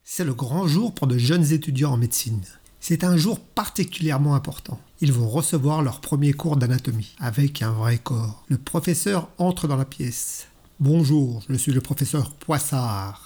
C'est le grand jour pour de jeunes étudiants en médecine. C'est un jour particulièrement important. Ils vont recevoir leur premier cours d'anatomie, avec un vrai corps. Le professeur entre dans la pièce. « Bonjour, je suis le professeur Poissard. »«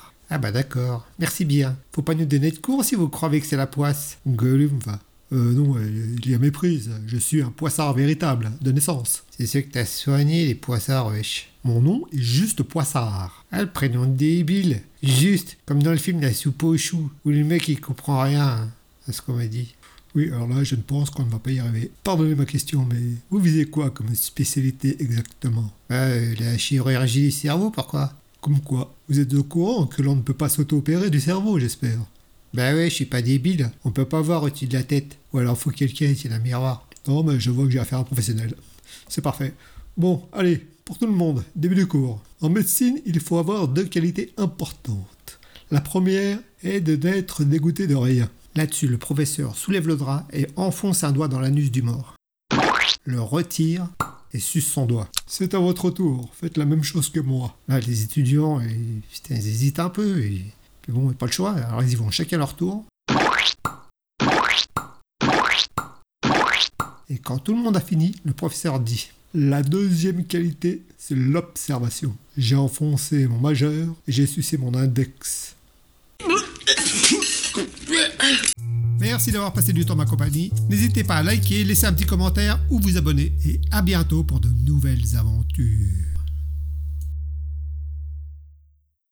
Ah bah d'accord, merci bien. Faut pas nous donner de cours si vous croyez que c'est la poisse. »« Gueulume va. »« Non, il y a méprise. Je suis un poissard véritable, de naissance. »« C'est sûr que t'as soigné les poissards, wesh. »« Mon nom est juste Poissard. »« Ah, le prénom débile. Juste, comme dans le film La soupe aux choux, où le mec il comprend rien à ce qu'on m'a dit. » Oui, alors là, je ne pense qu'on ne va pas y arriver. Pardonnez ma question, mais vous visez quoi comme spécialité exactement ? La chirurgie du cerveau, pourquoi ? Comme quoi ? Vous êtes au courant que l'on ne peut pas s'auto-opérer du cerveau, j'espère ? Bah ouais, je suis pas débile. On peut pas voir au-dessus de la tête. Ou alors faut que quelqu'un ait un miroir. Non, mais je vois que j'ai affaire à un professionnel. C'est parfait. Bon, allez, pour tout le monde, début du cours. En médecine, il faut avoir 2 qualités importantes. La première est de n'être dégoûté de rien. Là-dessus, le professeur soulève le drap et enfonce un doigt dans l'anus du mort. Le retire et suce son doigt. C'est à votre tour, faites la même chose que moi. Là, les étudiants, ils hésitent un peu, et puis bon, pas le choix, alors ils y vont chacun leur tour. Et quand tout le monde a fini, le professeur dit: la deuxième qualité, c'est l'observation. J'ai enfoncé mon majeur et j'ai sucé mon index. Merci d'avoir passé du temps en ma compagnie. N'hésitez pas à liker, laisser un petit commentaire ou vous abonner. Et à bientôt pour de nouvelles aventures.